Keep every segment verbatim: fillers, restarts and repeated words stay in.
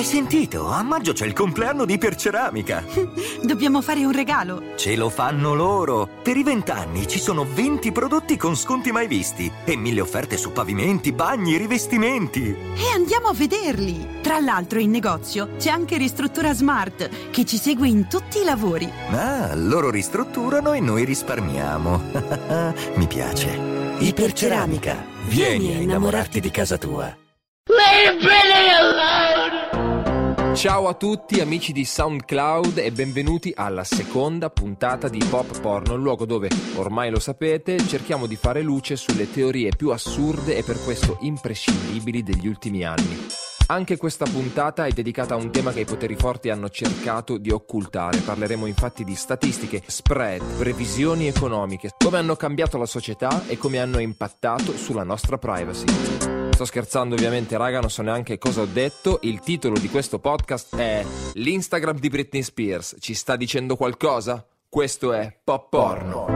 Hai sentito? A maggio c'è il compleanno di Iperceramica. Dobbiamo fare un regalo. Ce lo fanno loro. Per i vent'anni ci sono venti prodotti con sconti mai visti e mille offerte su pavimenti, bagni, rivestimenti. E andiamo a vederli. Tra l'altro in negozio c'è anche Ristruttura Smart che ci segue in tutti i lavori. Ah, loro ristrutturano e noi risparmiamo. Mi piace. Iperceramica. Vieni a innamorarti di casa tua. Ciao a tutti amici di SoundCloud e benvenuti alla seconda puntata di Pop Porno, il luogo dove, ormai lo sapete, cerchiamo di fare luce sulle teorie più assurde e per questo imprescindibili degli ultimi anni. Anche questa puntata è dedicata a un tema che i poteri forti hanno cercato di occultare. Parleremo infatti di statistiche, spread, previsioni economiche, come hanno cambiato la società e come hanno impattato sulla nostra privacy. Sto scherzando ovviamente raga, non so neanche cosa ho detto. Il titolo di questo podcast è L'Instagram di Britney Spears. Ci sta dicendo qualcosa? Questo è Pop Porno.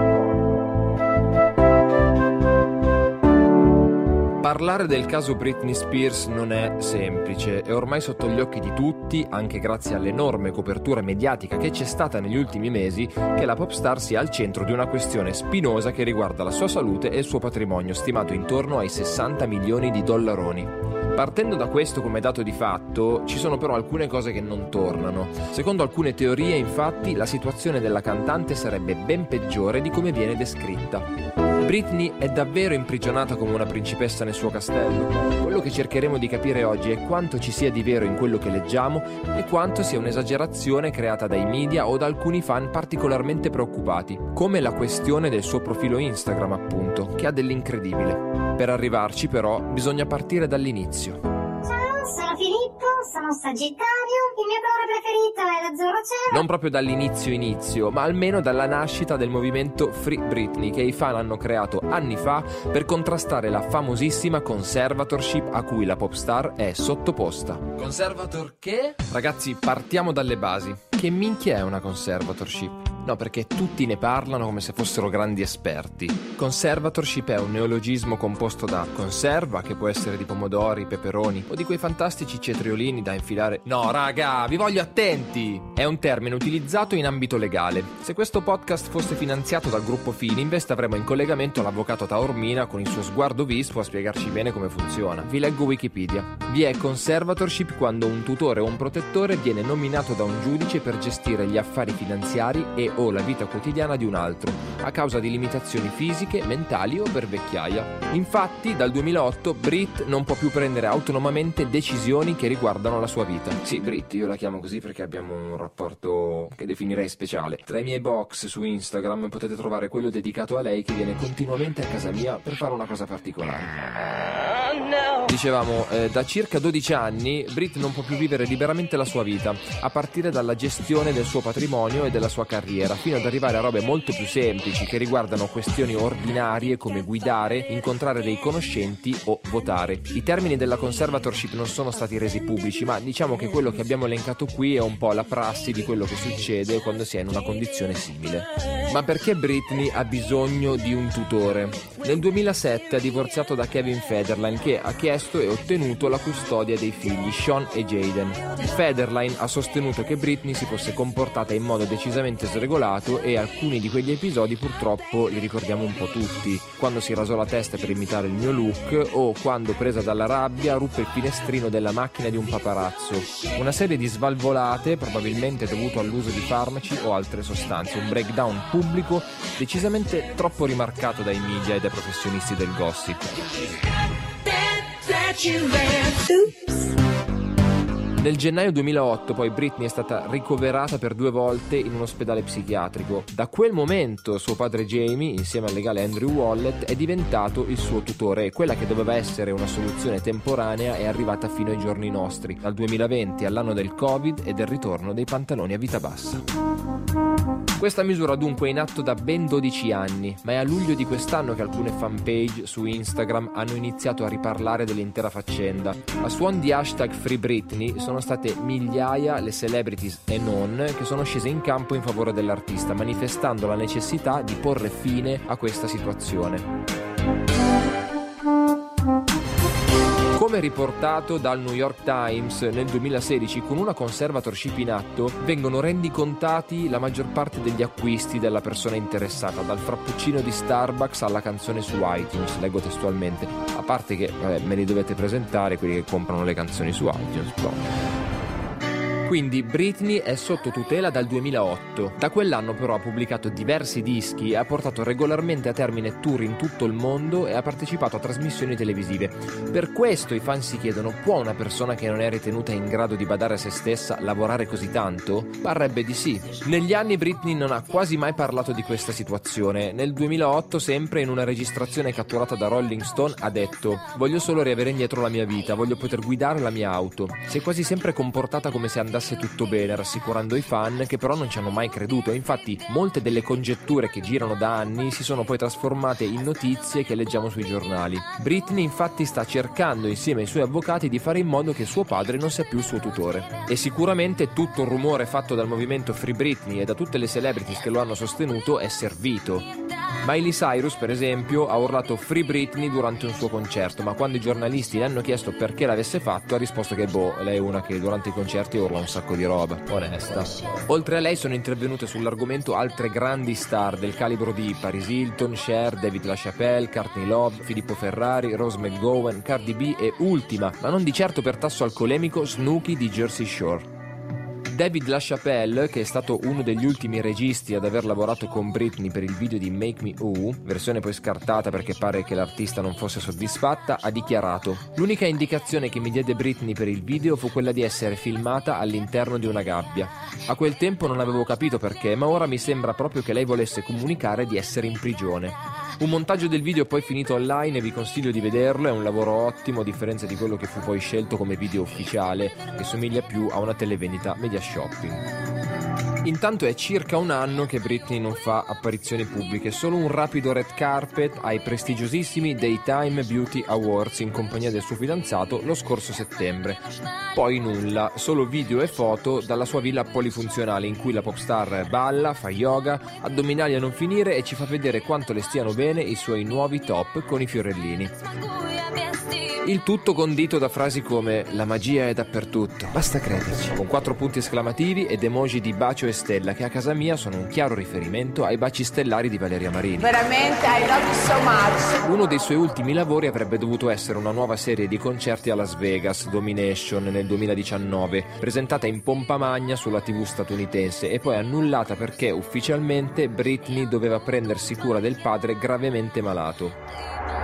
Parlare del caso Britney Spears non è semplice, è ormai sotto gli occhi di tutti, anche grazie all'enorme copertura mediatica che c'è stata negli ultimi mesi, che la popstar sia al centro di una questione spinosa che riguarda la sua salute e il suo patrimonio, stimato intorno ai sessanta milioni di dollaroni. Partendo da questo come dato di fatto, ci sono però alcune cose che non tornano. Secondo alcune teorie, infatti, la situazione della cantante sarebbe ben peggiore di come viene descritta. Britney è davvero imprigionata come una principessa nel suo castello? Quello che cercheremo di capire oggi è quanto ci sia di vero in quello che leggiamo e quanto sia un'esagerazione creata dai media o da alcuni fan particolarmente preoccupati, come la questione del suo profilo Instagram, appunto, che ha dell'incredibile. Per arrivarci, però, bisogna partire dall'inizio. Ciao, sono Filippo, sono Sagittario, il mio colore preferito è l'azzurro cielo. Non proprio dall'inizio inizio, ma almeno dalla nascita del movimento Free Britney che i fan hanno creato anni fa per contrastare la famosissima conservatorship a cui la popstar è sottoposta. Conservator che? Ragazzi, partiamo dalle basi. Che minchia è una conservatorship? No, perché tutti ne parlano come se fossero grandi esperti. Conservatorship è un neologismo composto da conserva, che può essere di pomodori, peperoni o di quei fantastici cetriolini da infilare. No, raga, vi voglio attenti! È un termine utilizzato in ambito legale. Se questo podcast fosse finanziato dal gruppo Fininvest avremmo in collegamento l'avvocato Taormina con il suo sguardo vispo a spiegarci bene come funziona. Vi leggo Wikipedia. Vi è conservatorship quando un tutore o un protettore viene nominato da un giudice per gestire gli affari finanziari e o la vita quotidiana di un altro, a causa di limitazioni fisiche, mentali o per vecchiaia. Infatti, dal duemilaotto Brit non può più prendere autonomamente decisioni che riguardano la sua vita. Sì, Brit, io la chiamo così perché abbiamo un rapporto che definirei speciale. Tra i miei box su Instagram potete trovare quello dedicato a lei che viene continuamente a casa mia per fare una cosa particolare. Dicevamo, eh, da circa dodici anni Brit non può più vivere liberamente la sua vita, a partire dalla gestione del suo patrimonio e della sua carriera, fino ad arrivare a robe molto più semplici che riguardano questioni ordinarie come guidare, incontrare dei conoscenti o votare. I termini della conservatorship non sono stati resi pubblici, ma diciamo che quello che abbiamo elencato qui è un po' la prassi di quello che succede quando si è in una condizione simile. Ma perché Britney ha bisogno di un tutore? Nel duemilasette ha divorziato da Kevin Federline, che ha chiesto e ottenuto la custodia dei figli Sean e Jaden. Federline ha sostenuto che Britney si fosse comportata in modo decisamente sregolato e alcuni di quegli episodi purtroppo li ricordiamo un po' tutti, quando si rasò la testa per imitare il mio look o quando, presa dalla rabbia, ruppe il finestrino della macchina di un paparazzo. Una serie di svalvolate, probabilmente dovuto all'uso di farmaci o altre sostanze, un breakdown pubblico decisamente troppo rimarcato dai media e dai professionisti del gossip. Nel gennaio duemilaotto poi Britney è stata ricoverata per due volte in un ospedale psichiatrico. Da quel momento suo padre Jamie, insieme al legale Andrew Wallet, è diventato il suo tutore e quella che doveva essere una soluzione temporanea è arrivata fino ai giorni nostri, dal duemilaventi all'anno del Covid e del ritorno dei pantaloni a vita bassa. Questa misura dunque è in atto da ben dodici anni, ma è a luglio di quest'anno che alcune fanpage su Instagram hanno iniziato a riparlare dell'intera faccenda. A suon di hashtag Free Britney sono state migliaia le celebrities e non che sono scese in campo in favore dell'artista, manifestando la necessità di porre fine a questa situazione. Come riportato dal New York Times nel duemilasedici, con una conservatorship in atto vengono rendicontati la maggior parte degli acquisti della persona interessata, dal frappuccino di Starbucks alla canzone su iTunes, leggo testualmente, a parte che vabbè, me li dovete presentare quelli che comprano le canzoni su iTunes, però. Quindi Britney è sotto tutela dal duemilaotto. Da quell'anno però ha pubblicato diversi dischi, ha portato regolarmente a termine tour in tutto il mondo e ha partecipato a trasmissioni televisive. Per questo i fan si chiedono: può una persona che non è ritenuta in grado di badare a se stessa lavorare così tanto? Parrebbe di sì. Negli anni Britney non ha quasi mai parlato di questa situazione. Nel duemilaotto, sempre in una registrazione catturata da Rolling Stone, ha detto: voglio solo riavere indietro la mia vita, voglio poter guidare la mia auto. Si è quasi sempre comportata come se andasse tutto bene, rassicurando i fan che però non ci hanno mai creduto. Infatti molte delle congetture che girano da anni si sono poi trasformate in notizie che leggiamo sui giornali. Britney infatti sta cercando insieme ai suoi avvocati di fare in modo che suo padre non sia più il suo tutore, e sicuramente tutto il rumore fatto dal movimento Free Britney e da tutte le celebrities che lo hanno sostenuto è servito. Miley Cyrus, per esempio, ha urlato Free Britney durante un suo concerto, ma quando i giornalisti le hanno chiesto perché l'avesse fatto ha risposto che boh, lei è una che durante i concerti urla un sacco di roba, onesta. Oltre a lei sono intervenute sull'argomento altre grandi star del calibro di Paris Hilton, Cher, David LaChapelle, Courtney Love, Filippo Ferrari, Rose McGowan, Cardi B e ultima, ma non di certo per tasso alcolemico, Snooki di Jersey Shore. David LaChapelle, che è stato uno degli ultimi registi ad aver lavorato con Britney per il video di Make Me Ooh, versione poi scartata perché pare che l'artista non fosse soddisfatta, ha dichiarato: l'unica indicazione che mi diede Britney per il video fu quella di essere filmata all'interno di una gabbia. A quel tempo non avevo capito perché, ma ora mi sembra proprio che lei volesse comunicare di essere in prigione. Un montaggio del video poi finito online e vi consiglio di vederlo, è un lavoro ottimo a differenza di quello che fu poi scelto come video ufficiale, che somiglia più a una televendita media shopping. Intanto è circa un anno che Britney non fa apparizioni pubbliche, solo un rapido red carpet ai prestigiosissimi Daytime Beauty Awards in compagnia del suo fidanzato lo scorso settembre. Poi nulla, solo video e foto dalla sua villa polifunzionale in cui la popstar balla, fa yoga, addominali a non finire e ci fa vedere quanto le stiano bene i suoi nuovi top con i fiorellini. Il tutto condito da frasi come "la magia è dappertutto, basta crederci", con quattro punti esclamativi ed emoji di bacio e stella che a casa mia sono un chiaro riferimento ai baci stellari di Valeria Marini. Veramente, I love you so much. Uno dei suoi ultimi lavori avrebbe dovuto essere una nuova serie di concerti a Las Vegas, Domination, nel duemiladiciannove, presentata in pompa magna sulla tivù statunitense e poi annullata perché ufficialmente Britney doveva prendersi cura del padre gravemente malato.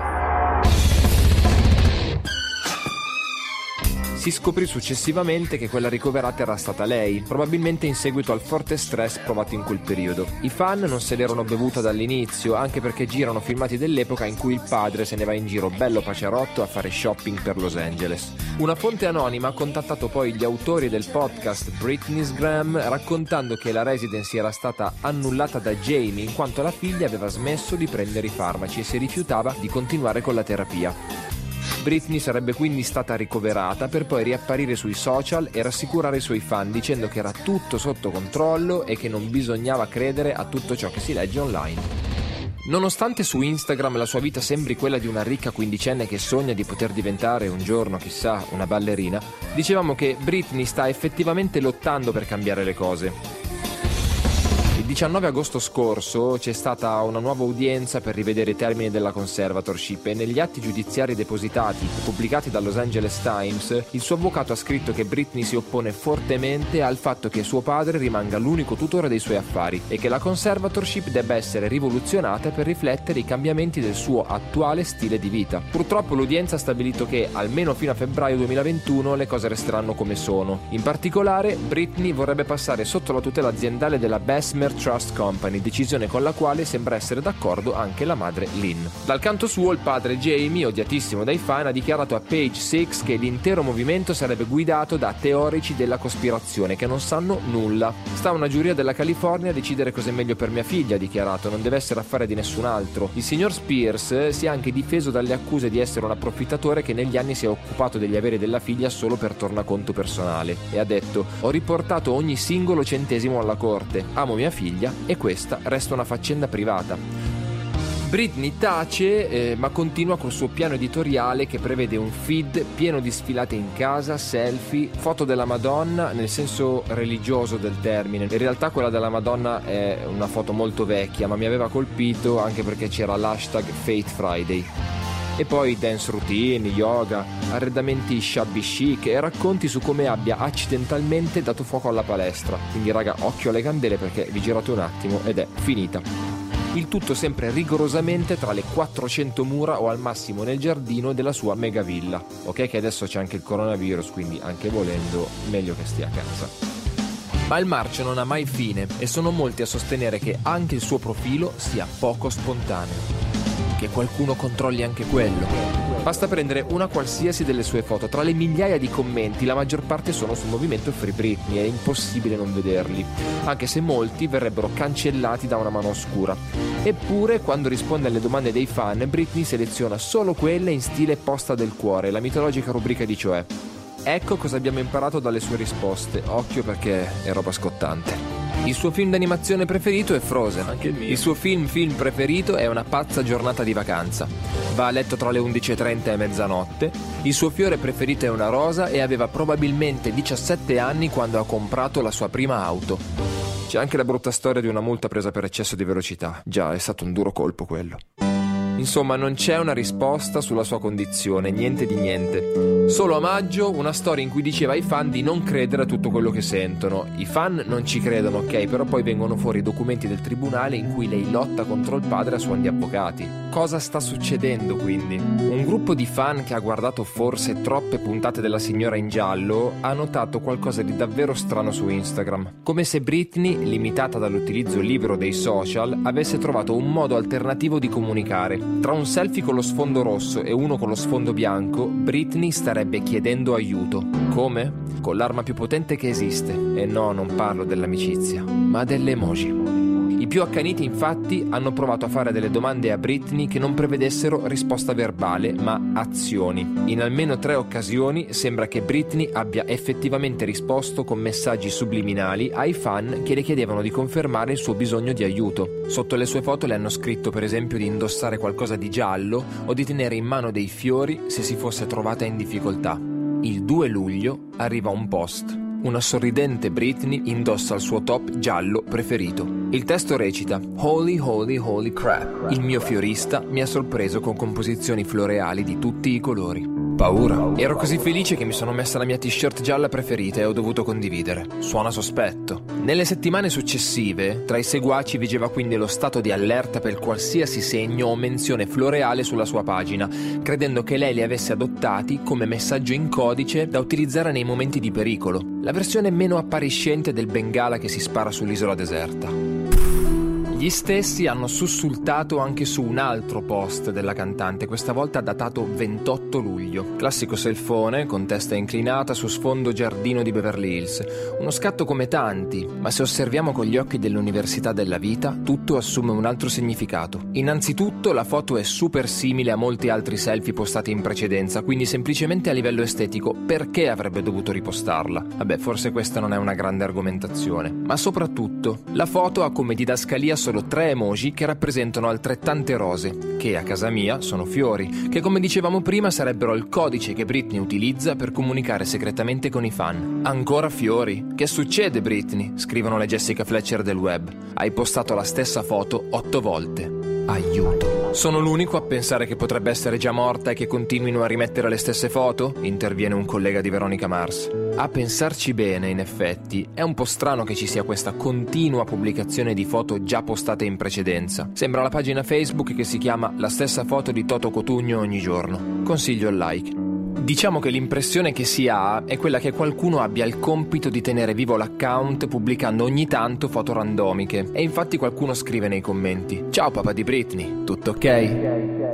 Si scoprì successivamente che quella ricoverata era stata lei, probabilmente in seguito al forte stress provato in quel periodo. I fan non se l'erano bevuta dall'inizio, anche perché girano filmati dell'epoca in cui il padre se ne va in giro bello paciarotto a fare shopping per Los Angeles. Una fonte anonima ha contattato poi gli autori del podcast Britney's Gram raccontando che la residency era stata annullata da Jamie in quanto la figlia aveva smesso di prendere i farmaci e si rifiutava di continuare con la terapia. Britney sarebbe quindi stata ricoverata per poi riapparire sui social e rassicurare i suoi fan dicendo che era tutto sotto controllo e che non bisognava credere a tutto ciò che si legge online. Nonostante su Instagram la sua vita sembri quella di una ricca quindicenne che sogna di poter diventare un giorno, chissà, una ballerina, dicevamo che Britney sta effettivamente lottando per cambiare le cose. Il diciannove agosto scorso c'è stata una nuova udienza per rivedere i termini della conservatorship e negli atti giudiziari depositati e pubblicati dal Los Angeles Times il suo avvocato ha scritto che Britney si oppone fortemente al fatto che suo padre rimanga l'unico tutore dei suoi affari e che la conservatorship debba essere rivoluzionata per riflettere i cambiamenti del suo attuale stile di vita. Purtroppo l'udienza ha stabilito che, almeno fino a febbraio duemilaventuno, le cose resteranno come sono. In particolare, Britney vorrebbe passare sotto la tutela aziendale della Bessemer Trust Company, decisione con la quale sembra essere d'accordo anche la madre Lynn. Dal canto suo, il padre Jamie, odiatissimo dai fan, ha dichiarato a Page sei che l'intero movimento sarebbe guidato da teorici della cospirazione che non sanno nulla. Sta una giuria della California a decidere cosa è meglio per mia figlia, ha dichiarato, non deve essere affare di nessun altro. Il signor Spears si è anche difeso dalle accuse di essere un approfittatore che negli anni si è occupato degli averi della figlia solo per tornaconto personale e ha detto: ho riportato ogni singolo centesimo alla corte, amo mia figlia e questa resta una faccenda privata. Britney tace, eh, ma continua col suo piano editoriale che prevede un feed pieno di sfilate in casa, selfie, foto della Madonna nel senso religioso del termine. In realtà quella della Madonna è una foto molto vecchia, ma mi aveva colpito anche perché c'era l'hashtag Faith Friday. E poi dance routine, yoga, arredamenti shabby chic e racconti su come abbia accidentalmente dato fuoco alla palestra. Quindi raga, occhio alle candele perché vi girate un attimo ed è finita. Il tutto sempre rigorosamente tra le quattrocento mura o al massimo nel giardino della sua mega villa. Ok che adesso c'è anche il coronavirus, quindi anche volendo meglio che stia a casa. Ma il marcio non ha mai fine e sono molti a sostenere che anche il suo profilo sia poco spontaneo. Che qualcuno controlli anche quello. Basta prendere una qualsiasi delle sue foto, tra le migliaia di commenti la maggior parte sono sul movimento Free Britney, è impossibile non vederli, anche se molti verrebbero cancellati da una mano oscura. Eppure quando risponde alle domande dei fan, Britney seleziona solo quelle in stile posta del cuore, la mitologica rubrica di Cioè. Ecco cosa abbiamo imparato dalle sue risposte, occhio perché è roba scottante. Il suo film d'animazione preferito è Frozen. Anche il mio. Il suo film film preferito è Una pazza giornata di vacanza. Va a letto tra le undici e trenta e mezzanotte. Il suo fiore preferito è una rosa e aveva probabilmente diciassette anni quando ha comprato la sua prima auto. C'è anche la brutta storia di una multa presa per eccesso di velocità. Già, è stato un duro colpo quello. Insomma, non c'è una risposta sulla sua condizione, niente di niente. Solo a maggio una storia in cui diceva ai fan di non credere a tutto quello che sentono. I fan non ci credono, ok, però poi vengono fuori i documenti del tribunale in cui lei lotta contro il padre a suon di avvocati. Cosa sta succedendo quindi? Un gruppo di fan che ha guardato forse troppe puntate della Signora in giallo ha notato qualcosa di davvero strano su Instagram. Come se Britney, limitata dall'utilizzo libero dei social, avesse trovato un modo alternativo di comunicare. Tra un selfie con lo sfondo rosso e uno con lo sfondo bianco, Britney starebbe chiedendo aiuto. Come? Con l'arma più potente che esiste. E no, non parlo dell'amicizia, ma delle emoji. I più accaniti infatti hanno provato a fare delle domande a Britney che non prevedessero risposta verbale, ma azioni. In almeno tre occasioni sembra che Britney abbia effettivamente risposto con messaggi subliminali ai fan che le chiedevano di confermare il suo bisogno di aiuto. Sotto le sue foto le hanno scritto per esempio di indossare qualcosa di giallo o di tenere in mano dei fiori se si fosse trovata in difficoltà. Il due luglio arriva un post. Una sorridente Britney indossa il suo top giallo preferito. Il testo recita: Holy, holy, holy crap. Il mio fiorista mi ha sorpreso con composizioni floreali di tutti i colori. Paura. Ero così felice che mi sono messa la mia t-shirt gialla preferita e ho dovuto condividere. Suona sospetto. Nelle settimane successive, tra i seguaci vigeva quindi lo stato di allerta per qualsiasi segno o menzione floreale sulla sua pagina, credendo che lei li avesse adottati come messaggio in codice da utilizzare nei momenti di pericolo. La versione meno appariscente del bengala che si spara sull'isola deserta. Gli stessi hanno sussultato anche su un altro post della cantante, questa volta datato ventotto luglio. Classico selfone con testa inclinata su sfondo giardino di Beverly Hills. Uno scatto come tanti, ma se osserviamo con gli occhi dell'università della vita, tutto assume un altro significato. Innanzitutto la foto è super simile a molti altri selfie postati in precedenza, quindi semplicemente a livello estetico perché avrebbe dovuto ripostarla? Vabbè, forse questa non è una grande argomentazione. Ma soprattutto, la foto ha come didascalia solo tre emoji che rappresentano altrettante rose, che a casa mia sono fiori, che come dicevamo prima sarebbero il codice che Britney utilizza per comunicare segretamente con i fan. Ancora fiori? Che succede, Britney? Scrivono le Jessica Fletcher del web. Hai postato la stessa foto otto volte. Aiuto. Sono l'unico a pensare che potrebbe essere già morta e che continuino a rimettere le stesse foto? Interviene un collega di Veronica Mars. A pensarci bene, in effetti, è un po' strano che ci sia questa continua pubblicazione di foto già postate in precedenza. Sembra la pagina Facebook che si chiama La stessa foto di Toto Cotugno ogni giorno. Consiglio il like. Diciamo che l'impressione che si ha è quella che qualcuno abbia il compito di tenere vivo l'account pubblicando ogni tanto foto randomiche. E infatti qualcuno scrive nei commenti: ciao papà di Britney, tutto ok?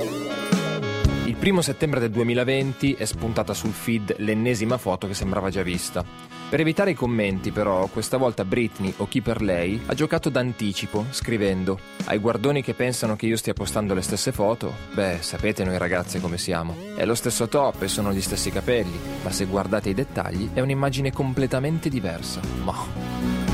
Il primo settembre del duemilaventi è spuntata sul feed l'ennesima foto che sembrava già vista. Per evitare i commenti, però, questa volta Britney, o chi per lei, ha giocato d'anticipo, scrivendo: ai guardoni che pensano che io stia postando le stesse foto, beh, sapete noi ragazze come siamo. È lo stesso top e sono gli stessi capelli, ma se guardate i dettagli è un'immagine completamente diversa. Ma...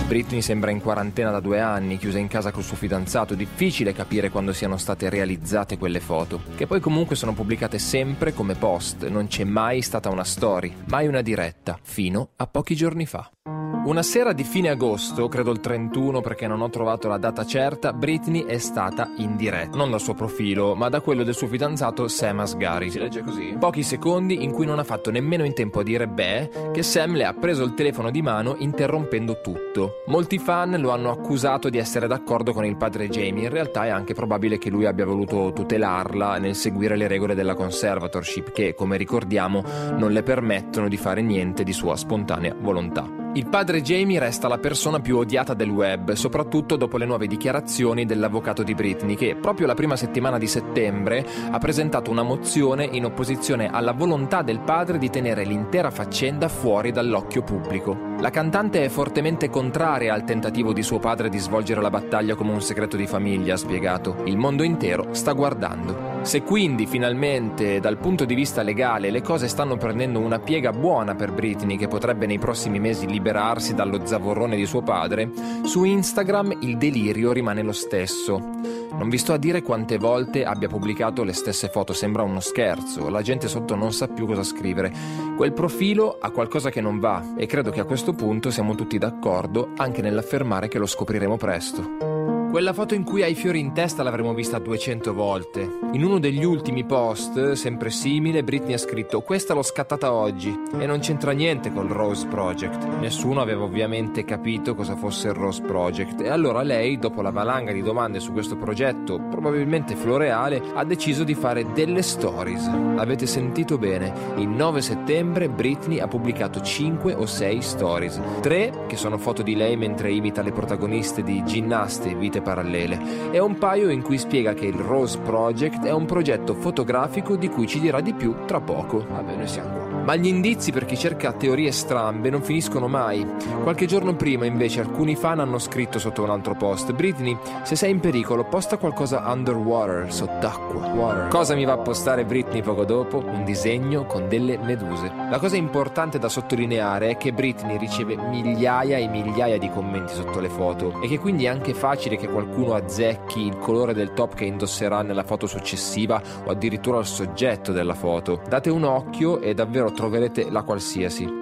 Britney sembra in quarantena da due anni, chiusa in casa col suo fidanzato. Difficile capire quando siano state realizzate quelle foto, che poi comunque sono pubblicate sempre come post. Non c'è mai stata una story, mai una diretta, fino a pochi giorni fa. Una sera di fine agosto, credo il trentuno perché non ho trovato la data certa, Britney è stata in diretta, non dal suo profilo, ma da quello del suo fidanzato Sam Asghari. Si legge così? Pochi secondi in cui non ha fatto nemmeno in tempo a dire beh, che Sam le ha preso il telefono di mano interrompendo tutto. Molti fan lo hanno accusato di essere d'accordo con il padre Jamie, in realtà è anche probabile che lui abbia voluto tutelarla nel seguire le regole della conservatorship che, come ricordiamo, non le permettono di fare niente di sua spontanea volontà. Il padre Jamie resta la persona più odiata del web, soprattutto dopo le nuove dichiarazioni dell'avvocato di Britney, che proprio la prima settimana di settembre ha presentato una mozione in opposizione alla volontà del padre di tenere l'intera faccenda fuori dall'occhio pubblico. La cantante è fortemente contraria al tentativo di suo padre di svolgere la battaglia come un segreto di famiglia, ha spiegato. Il mondo intero sta guardando. Se quindi finalmente dal punto di vista legale le cose stanno prendendo una piega buona per Britney, che potrebbe nei prossimi mesi liberarsi dallo zavorrone di suo padre, su Instagram il delirio rimane lo stesso. Non vi sto a dire quante volte abbia pubblicato le stesse foto, sembra uno scherzo, la gente sotto non sa più cosa scrivere. Quel profilo ha qualcosa che non va e credo che a questo punto siamo tutti d'accordo anche nell'affermare che lo scopriremo presto. Quella foto in cui ha i fiori in testa l'avremo vista duecento volte. In uno degli ultimi post, sempre simile, Britney ha scritto «Questa l'ho scattata oggi» e non c'entra niente col Rose Project. Nessuno aveva ovviamente capito cosa fosse il Rose Project e allora lei, dopo la valanga di domande su questo progetto, probabilmente floreale, ha deciso di fare delle stories. Avete sentito bene, il nove settembre Britney ha pubblicato cinque o sei stories. Tre che sono foto di lei mentre imita le protagoniste di Ginnaste e Vite parallele, e un paio in cui spiega che il Rose Project è un progetto fotografico di cui ci dirà di più tra poco. Vabbè, noi siamo qua. Ma gli indizi per chi cerca teorie strambe non finiscono mai. Qualche giorno prima invece alcuni fan hanno scritto sotto un altro post: Britney, se sei in pericolo posta qualcosa underwater, sott'acqua. Water. Cosa mi va a postare Britney poco dopo? Un disegno con delle meduse. La cosa importante da sottolineare è che Britney riceve migliaia e migliaia di commenti sotto le foto e che quindi è anche facile che qualcuno azzecchi il colore del top che indosserà nella foto successiva o addirittura il soggetto della foto. Date un occhio e davvero troverete la qualsiasi.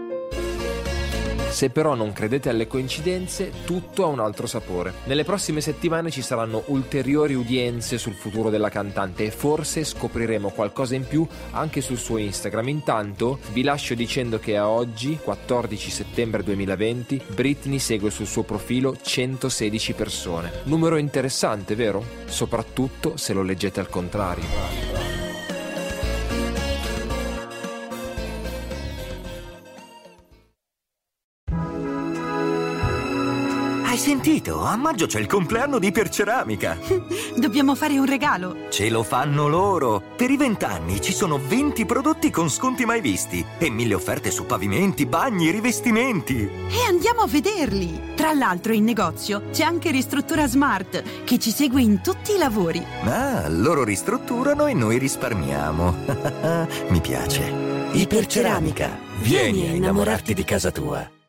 Se però non credete alle coincidenze, tutto ha un altro sapore. Nelle prossime settimane ci saranno ulteriori udienze sul futuro della cantante e forse scopriremo qualcosa in più anche sul suo Instagram. Intanto vi lascio dicendo che a oggi, quattordici settembre duemilaventi, Britney segue sul suo profilo centosedici persone. Numero interessante, vero? Soprattutto se lo leggete al contrario. Hai sentito? A maggio c'è il compleanno di Iperceramica. Dobbiamo fare un regalo. Ce lo fanno loro. Per i vent'anni ci sono venti prodotti con sconti mai visti e mille offerte su pavimenti, bagni, rivestimenti. E andiamo a vederli. Tra l'altro in negozio c'è anche Ristruttura Smart, che ci segue in tutti i lavori. Ah, loro ristrutturano e noi risparmiamo. Mi piace. Iperceramica. Vieni a innamorarti di casa tua.